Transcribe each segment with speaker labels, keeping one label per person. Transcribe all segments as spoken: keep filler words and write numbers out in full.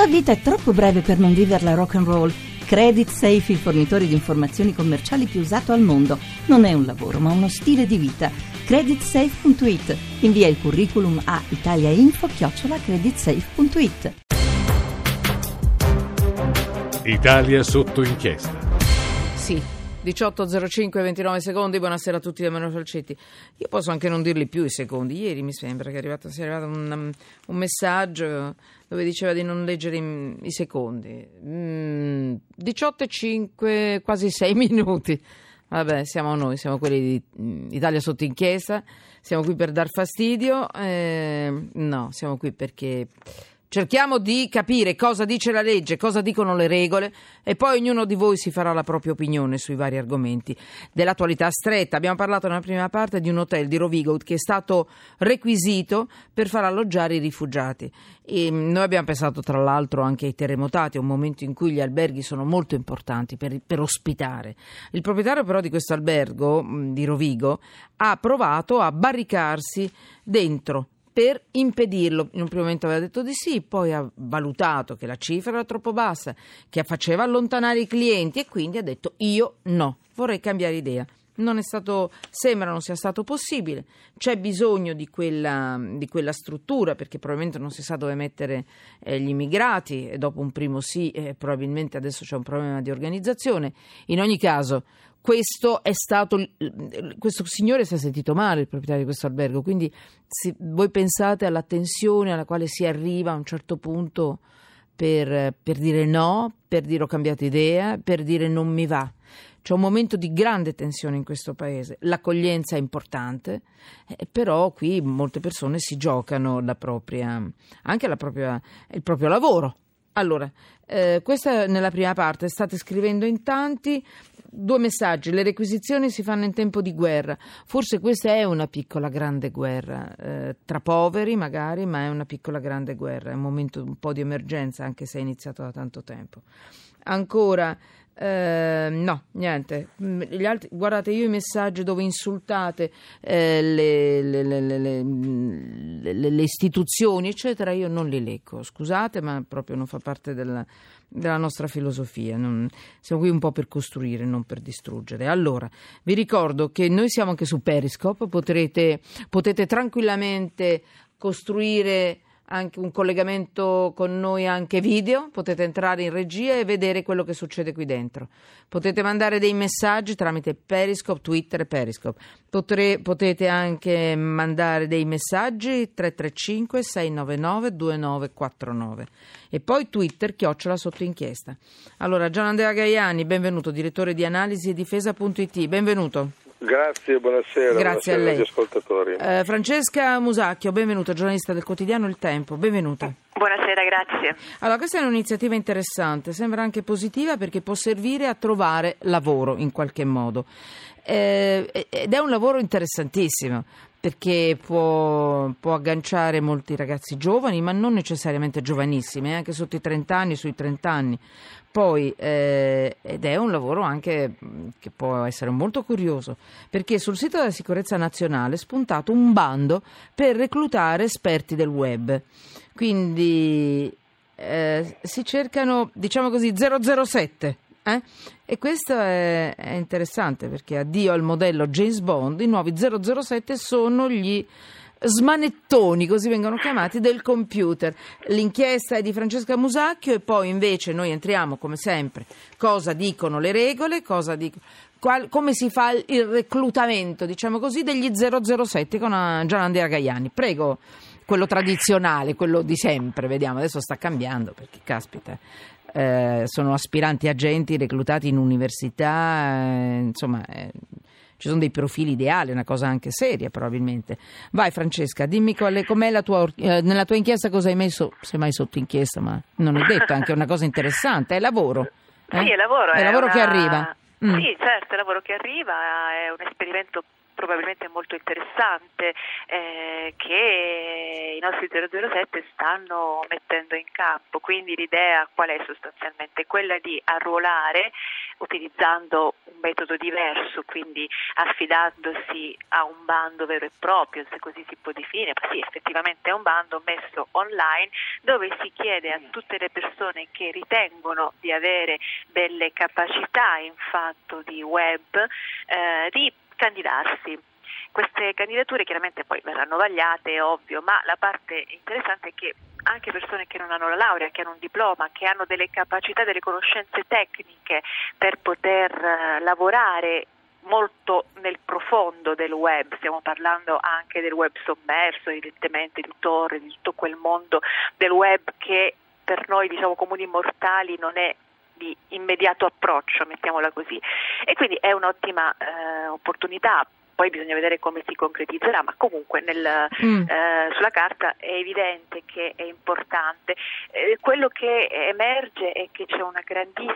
Speaker 1: La vita è troppo breve per non viverla rock and roll. Credit Safe, il fornitore di informazioni commerciali più usato al mondo. Non è un lavoro, ma uno stile di vita. credit safe punto it. Invia il curriculum a italiainfo chiocciola creditsafe punto it.
Speaker 2: Italia sotto inchiesta.
Speaker 3: Sì, diciotto e zero cinque, ventinove secondi. Buonasera a tutti da Emanuele Falcetti. Io posso anche non dirli più i secondi. Ieri mi sembra che è arrivato, sia arrivato un, un messaggio dove diceva di non leggere i, i secondi. Mm, diciotto e cinque, quasi sei minuti. Vabbè, siamo noi, siamo quelli di Italia sotto inchiesta. Siamo qui per dar fastidio. Eh, no, siamo qui perché cerchiamo di capire cosa dice la legge, cosa dicono le regole, e poi ognuno di voi si farà la propria opinione sui vari argomenti dell'attualità stretta. Abbiamo parlato nella prima parte di un hotel di Rovigo che è stato requisito per far alloggiare i rifugiati. E noi abbiamo pensato tra l'altro anche ai terremotati, un momento in cui gli alberghi sono molto importanti per, per ospitare. Il proprietario però di questo albergo di Rovigo ha provato a barricarsi dentro per impedirlo. In un primo momento aveva detto di sì, poi ha valutato che la cifra era troppo bassa, che faceva allontanare i clienti, e quindi ha detto io no, vorrei cambiare idea. Non è stato, sembra non sia stato possibile. C'è bisogno di quella, di quella struttura, perché probabilmente non si sa dove mettere eh, gli immigrati, e dopo un primo sì, eh, probabilmente adesso c'è un problema di organizzazione. In ogni caso, questo è stato, questo signore si è sentito male, il proprietario di questo albergo, quindi se voi pensate alla tensione alla quale si arriva a un certo punto per, per dire no, per dire ho cambiato idea, per dire non mi va. C'è un momento di grande tensione in questo paese. L'accoglienza è importante, eh, però qui molte persone si giocano la propria, anche la propria, il proprio lavoro. Allora, eh, questa nella prima parte, state scrivendo in tanti. Due messaggi: le requisizioni si fanno in tempo di guerra. Forse questa è una piccola grande guerra, eh, tra poveri magari, ma è una piccola grande guerra, è un momento un po' di emergenza, anche se è iniziato da tanto tempo. Ancora, eh, no, niente. Gli altri, guardate, io i messaggi dove insultate eh, le, le, le, le, le, le istituzioni, eccetera, io non li leggo. Scusate, ma proprio non fa parte della, della nostra filosofia. Non, siamo qui un po' per costruire, non per distruggere. Allora, vi ricordo che noi siamo anche su Periscope, potrete, potete tranquillamente costruire anche un collegamento con noi anche video, potete entrare in regia e vedere quello che succede qui dentro. Potete mandare dei messaggi tramite Periscope, Twitter e Periscope. Potre, potete anche mandare dei messaggi tre tre cinque sei nove nove due nove quattro nove e poi Twitter chiocciola sotto inchiesta. Allora, Gianandrea Gaiani, benvenuto, direttore di analisi e difesa punto it, benvenuto.
Speaker 4: Grazie, buonasera.
Speaker 3: Grazie
Speaker 4: buonasera
Speaker 3: a lei.
Speaker 4: Agli ascoltatori.
Speaker 3: Eh, Francesca Musacchio, benvenuta, giornalista del quotidiano Il Tempo, benvenuta.
Speaker 5: Buonasera, grazie.
Speaker 3: Allora, questa è un'iniziativa interessante, sembra anche positiva perché può servire a trovare lavoro in qualche modo. Eh, ed è un lavoro interessantissimo, perché può, può agganciare molti ragazzi giovani, ma non necessariamente giovanissimi, anche sotto i trenta anni, sui trenta anni. Poi, eh, ed è un lavoro anche che può essere molto curioso, perché sul sito della Sicurezza Nazionale è spuntato un bando per reclutare esperti del web. Quindi eh, si cercano, diciamo così, zero zero sette. Eh? E questo è, è interessante, perché addio al modello James Bond, i nuovi zero zero sette sono gli smanettoni, così vengono chiamati, del computer. L'inchiesta è di Francesca Musacchio e poi invece noi entriamo come sempre cosa dicono le regole, cosa dicono, qual, come si fa il reclutamento, diciamo così, degli zero zero sette con Gianandrea Gaiani. Prego, quello tradizionale, quello di sempre. Vediamo, adesso sta cambiando perché caspita, eh, sono aspiranti agenti reclutati in università, eh, insomma eh, ci sono dei profili ideali, una cosa anche seria probabilmente. Vai Francesca, dimmi qual è, com'è la tua, eh, nella tua inchiesta cosa hai messo, se mai sotto inchiesta, ma non è detto, anche una cosa interessante, è lavoro. Eh?
Speaker 5: Sì, è lavoro.
Speaker 3: È,
Speaker 5: è
Speaker 3: lavoro
Speaker 5: una...
Speaker 3: che arriva. Mm.
Speaker 5: Sì, certo, è lavoro che arriva, è un esperimento probabilmente molto interessante eh, che i nostri zero zero sette stanno mettendo in campo. Quindi l'idea qual è sostanzialmente? Quella di arruolare utilizzando un metodo diverso, quindi affidandosi a un bando vero e proprio, se così si può definire, ma sì, effettivamente è un bando messo online dove si chiede a tutte le persone che ritengono di avere delle capacità in fatto di web eh, di candidarsi. Queste candidature chiaramente poi verranno vagliate, è ovvio, ma la parte interessante è che anche persone che non hanno la laurea, che hanno un diploma, che hanno delle capacità, delle conoscenze tecniche per poter uh, lavorare molto nel profondo del web, stiamo parlando anche del web sommerso, evidentemente di Tor, di tutto quel mondo del web che per noi, diciamo, comuni mortali non è di immediato approccio, mettiamola così, e quindi è un'ottima eh, opportunità. Poi bisogna vedere come si concretizzerà, ma comunque nel, mm. eh, sulla carta è evidente che è importante. Eh, quello che emerge è che c'è una grandissima,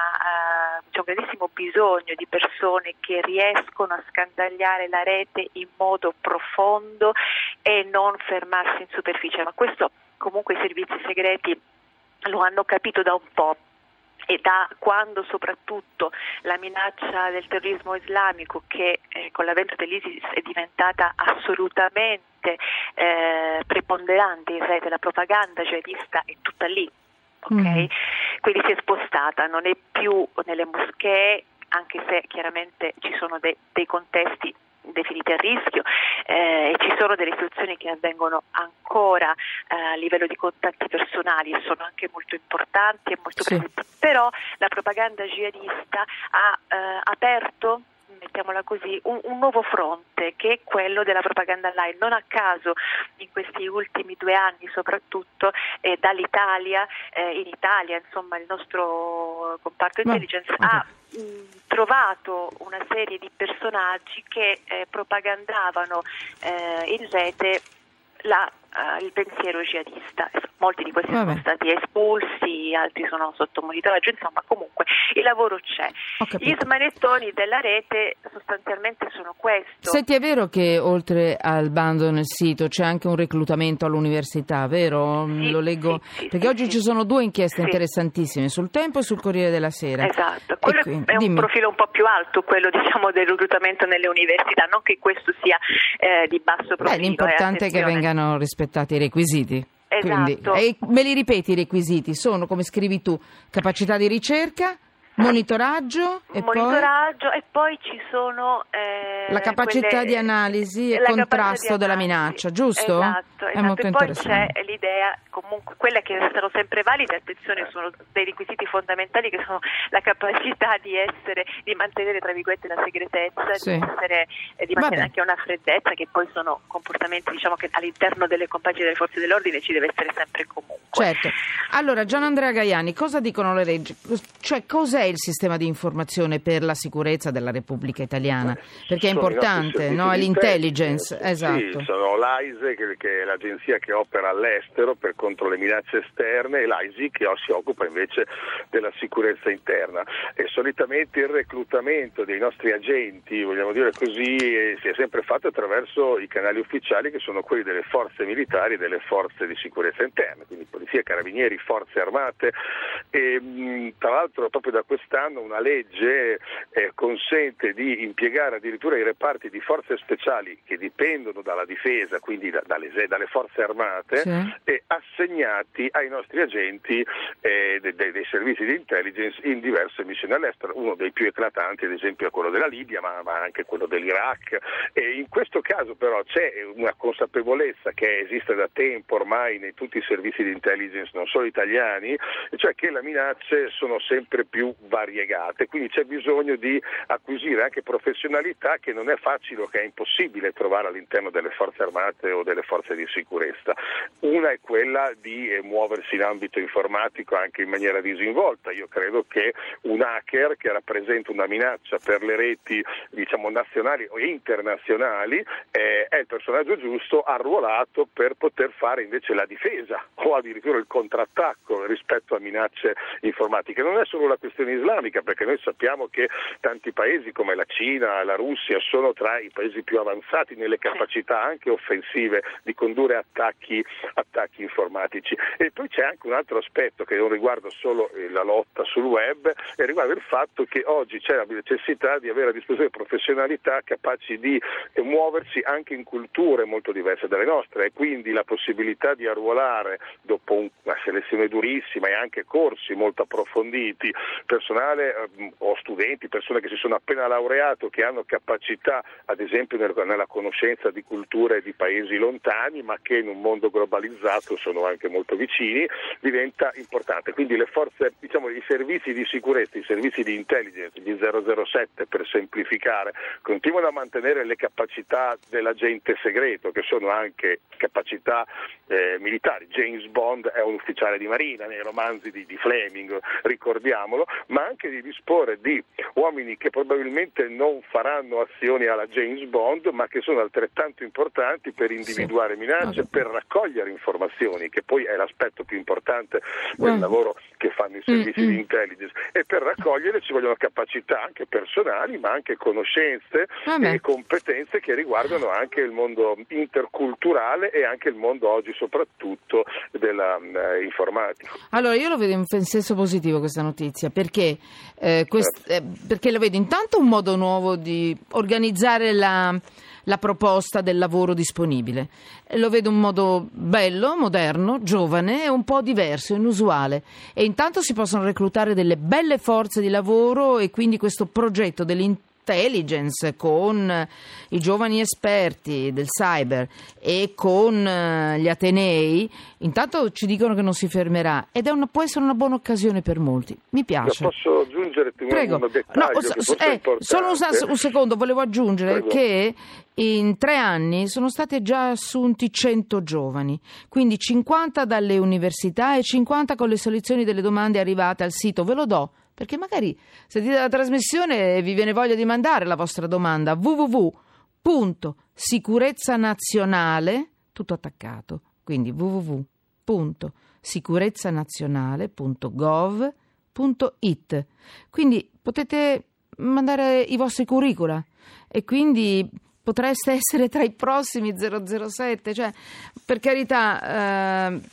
Speaker 5: eh, c'è un grandissimo bisogno di persone che riescono a scandagliare la rete in modo profondo e non fermarsi in superficie, ma questo comunque i servizi segreti lo hanno capito da un po'. E da quando soprattutto la minaccia del terrorismo islamico, che eh, con l'avvento dell'ISIS è diventata assolutamente eh, preponderante in rete, la propaganda jihadista è tutta lì, ok? Mm. Quindi si è spostata, non è più nelle moschee, anche se chiaramente ci sono de- dei contesti definiti a rischio eh, e ci sono delle situazioni che avvengono ancora eh, a livello di contatti personali e sono anche molto importanti e molto
Speaker 3: sì.
Speaker 5: presenti, però la propaganda jihadista ha eh, aperto, mettiamola così, un, un nuovo fronte che è quello della propaganda online. Non a caso in questi ultimi due anni soprattutto eh, dall'Italia, eh, in Italia insomma il nostro comparto intelligence no. ha mh, trovato una serie di personaggi che eh, propagandavano eh, in rete la, uh, il pensiero jihadista. Molti di questi Vabbè. sono stati espulsi, altri sono sotto monitoraggio, insomma comunque il lavoro c'è. Gli smanettoni della rete sostanzialmente sono questo.
Speaker 3: Senti, è vero che oltre al bando nel sito c'è anche un reclutamento all'università, vero?
Speaker 5: Sì,
Speaker 3: Lo leggo,
Speaker 5: sì, sì,
Speaker 3: perché
Speaker 5: sì,
Speaker 3: oggi
Speaker 5: sì.
Speaker 3: ci sono due inchieste
Speaker 5: sì.
Speaker 3: interessantissime, sul Tempo e sul Corriere della Sera.
Speaker 5: Esatto, quello
Speaker 3: quindi,
Speaker 5: è un
Speaker 3: dimmi.
Speaker 5: profilo un po' più alto, quello diciamo del reclutamento nelle università, non che questo sia eh, di basso profilo.
Speaker 3: Beh, l'importante
Speaker 5: eh,
Speaker 3: è che vengano rispettati i requisiti.
Speaker 5: Esatto.
Speaker 3: Quindi, e me li ripeti i requisiti? Sono, come scrivi tu, capacità di ricerca, monitoraggio e
Speaker 5: monitoraggio
Speaker 3: poi...
Speaker 5: e poi ci sono eh,
Speaker 3: la capacità
Speaker 5: quelle...
Speaker 3: di analisi e
Speaker 5: la
Speaker 3: contrasto della minaccia, giusto?
Speaker 5: Esatto,
Speaker 3: È
Speaker 5: esatto.
Speaker 3: molto
Speaker 5: E poi
Speaker 3: interessante.
Speaker 5: c'è l'idea, comunque, quelle che restano sempre valide, attenzione, sono dei requisiti fondamentali che sono la capacità di essere, di mantenere tra virgolette la segretezza,
Speaker 3: sì.
Speaker 5: di, essere, eh, di mantenere
Speaker 3: Vabbè.
Speaker 5: anche una freddezza, che poi sono comportamenti diciamo che all'interno delle compagini delle forze dell'ordine ci deve essere sempre comunque.
Speaker 3: Certo. Allora, Gian Andrea Gaiani, cosa dicono le leggi? Cioè, cos'è il sistema di informazione per la sicurezza della Repubblica Italiana? Perché è
Speaker 4: Sono
Speaker 3: importante, no? È l'intelligence, esatto.
Speaker 4: Sì, sono l'A I S E, che, che è l'agenzia che opera all'estero per contro le minacce esterne, e l'A I S I che si occupa invece della sicurezza interna. E solitamente il reclutamento dei nostri agenti, vogliamo dire così, eh, si è sempre fatto attraverso i canali ufficiali, che sono quelli delle forze militari e delle forze di sicurezza interna, quindi polizia, carabinieri, forze armate. E, mh, tra l'altro proprio da quest'anno una legge eh, consente di impiegare addirittura i reparti di forze speciali che dipendono dalla difesa, quindi da, dalle, dalle forze armate,
Speaker 3: sì.
Speaker 4: e assegnati ai nostri agenti eh, dei, dei servizi di intelligence in diverse missioni all'estero. Uno dei più eclatanti ad esempio è quello della Libia, ma, ma anche quello dell'Iraq. E in questo caso però c'è una consapevolezza che esiste da tempo ormai in tutti i servizi di intelligence, non solo italiani, cioè che le minacce sono sempre più variegate, quindi c'è bisogno di acquisire anche professionalità che non è facile o che è impossibile trovare all'interno delle forze armate o delle forze di sicurezza. Una è quella di eh, muoversi in ambito informatico anche in maniera disinvolta. Io credo che un hacker che rappresenta una minaccia per le reti diciamo nazionali o internazionali eh, è il personaggio giusto, arruolato per poter fare invece la difesa o addirittura il contrattacco rispetto a minacce sicurezze informatiche. Non è solo la questione islamica, perché noi sappiamo che tanti paesi come la Cina, la Russia sono tra i paesi più avanzati nelle capacità anche offensive di condurre attacchi, attacchi informatici. E poi c'è anche un altro aspetto che non riguarda solo la lotta sul web, e riguarda il fatto che oggi c'è la necessità di avere a disposizione professionalità capaci di muoversi anche in culture molto diverse dalle nostre, e quindi la possibilità di arruolare dopo una selezione durissima e anche corsi molto approfonditi personale eh, o studenti, persone che si sono appena laureato, che hanno capacità ad esempio nel, nella conoscenza di culture di paesi lontani ma che in un mondo globalizzato sono anche molto vicini, diventa importante. Quindi le forze, diciamo, i servizi di sicurezza, i servizi di intelligence, gli zero zero sette per semplificare, continuano a mantenere le capacità dell'agente segreto, che sono anche capacità eh, militari. James Bond è un ufficiale di marina nei romanzi di, di Fleming, ricordiamolo, ma anche di disporre di uomini che probabilmente non faranno azioni alla James Bond, ma che sono altrettanto importanti per individuare minacce, per raccogliere informazioni, che poi è l'aspetto più importante del lavoro che fanno i servizi mm-hmm. di intelligence, e per raccogliere ci vogliono capacità anche personali, ma anche conoscenze Vabbè. e competenze che riguardano anche il mondo interculturale e anche il mondo oggi soprattutto dell'informatica. Uh,
Speaker 3: allora io lo vedo in senso positivo questa notizia, perché, eh, quest- eh, perché lo vedo intanto un modo nuovo di organizzare la, la proposta del lavoro disponibile. Lo vedo un modo bello, moderno, giovane e un po' diverso, inusuale, e intanto si possono reclutare delle belle forze di lavoro, e quindi questo progetto dell'intelligenza con i giovani esperti del cyber e con gli atenei, intanto ci dicono che non si fermerà, ed è una, può essere una buona occasione per molti. Mi piace.
Speaker 4: Ma posso aggiungere un,
Speaker 3: Prego.
Speaker 4: un dettaglio
Speaker 3: no,
Speaker 4: che
Speaker 3: so,
Speaker 4: forse
Speaker 3: eh,
Speaker 4: è importante?
Speaker 3: Solo un, un secondo, volevo aggiungere
Speaker 4: Prego.
Speaker 3: che in tre anni sono stati già assunti cento giovani, quindi cinquanta dalle università e cinquanta con le soluzioni delle domande arrivate al sito. Ve lo do, perché magari sentite la trasmissione e vi viene voglia di mandare la vostra domanda. w w w punto sicurezzanazionale, tutto attaccato, quindi w w w punto sicurezzanazionale punto gov punto it. Quindi potete mandare i vostri curricula, e quindi potreste essere tra i prossimi zero zero sette, cioè, per carità, eh,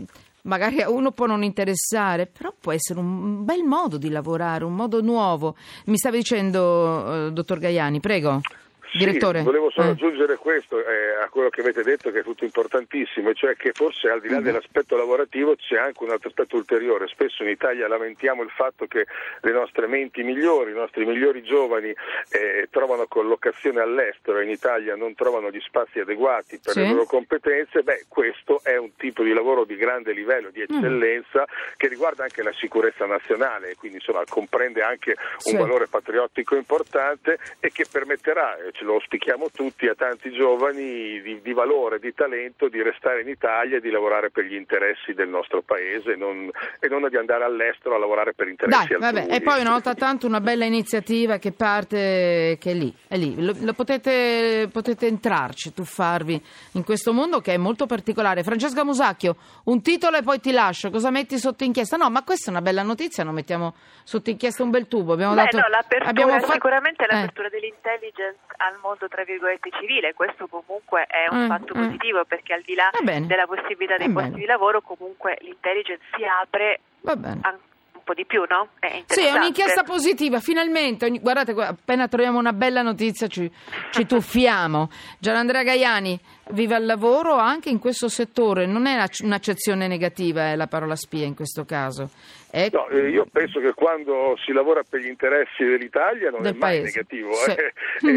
Speaker 3: magari a uno può non interessare, però può essere un bel modo di lavorare, un modo nuovo. Mi stavi dicendo, eh, dottor Gaiani, prego. Direttore.
Speaker 4: Sì, volevo solo
Speaker 3: eh.
Speaker 4: aggiungere questo eh, a quello che avete detto, che è tutto importantissimo, e cioè che forse al di là dell'aspetto lavorativo c'è anche un altro aspetto ulteriore. Spesso in Italia lamentiamo il fatto che le nostre menti migliori, i nostri migliori giovani eh, trovano collocazione all'estero, e in Italia non trovano gli spazi adeguati per sì. le loro competenze. Beh, questo è un tipo di lavoro di grande livello, di eccellenza, mm. che riguarda anche la sicurezza nazionale, quindi insomma comprende anche un sì. valore patriottico importante, e che permetterà, ce lo auspichiamo tutti, a tanti giovani di, di valore, di talento, di restare in Italia e di lavorare per gli interessi del nostro paese, non, e non di andare all'estero a lavorare per interessi
Speaker 3: Dai,
Speaker 4: altrui.
Speaker 3: Vabbè. E poi una volta tanto una bella iniziativa che parte, che è lì, è lì. Lo, lo potete, potete entrarci, tuffarvi in questo mondo che è molto particolare. Francesca Musacchio, un titolo e poi ti lascio. Cosa metti sotto inchiesta? No, ma questa è una bella notizia, non mettiamo sotto inchiesta un bel tubo. Abbiamo
Speaker 5: Beh,
Speaker 3: dato,
Speaker 5: no, l'apertura,
Speaker 3: abbiamo fatto,
Speaker 5: sicuramente l'apertura
Speaker 3: eh.
Speaker 5: dell'intelligence al mondo tra virgolette civile, questo comunque è un
Speaker 3: eh,
Speaker 5: fatto
Speaker 3: eh.
Speaker 5: positivo, perché al di là della possibilità dei posti di lavoro, comunque l'intelligence si apre
Speaker 3: Va bene.
Speaker 5: a un po' di più, no? È
Speaker 3: sì, è un'inchiesta positiva, finalmente. Ogni, guardate, appena troviamo una bella notizia ci, ci tuffiamo. Gianandrea Gaiani, viva il lavoro anche in questo settore. Non è un'accezione negativa, è la parola spia in questo caso. È...
Speaker 4: No, eh, io penso che quando si lavora per gli interessi dell'Italia non
Speaker 3: Del
Speaker 4: è mai
Speaker 3: paese.
Speaker 4: negativo.
Speaker 3: Sì.
Speaker 4: Eh.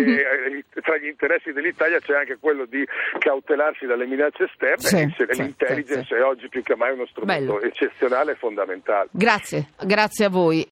Speaker 4: e, e, tra gli interessi dell'Italia c'è anche quello di cautelarsi dalle minacce esterne,
Speaker 3: sì,
Speaker 4: e
Speaker 3: sì,
Speaker 4: l'intelligence
Speaker 3: sì, sì.
Speaker 4: è oggi più che mai uno strumento
Speaker 3: Bello.
Speaker 4: eccezionale e fondamentale.
Speaker 3: Grazie, grazie a voi.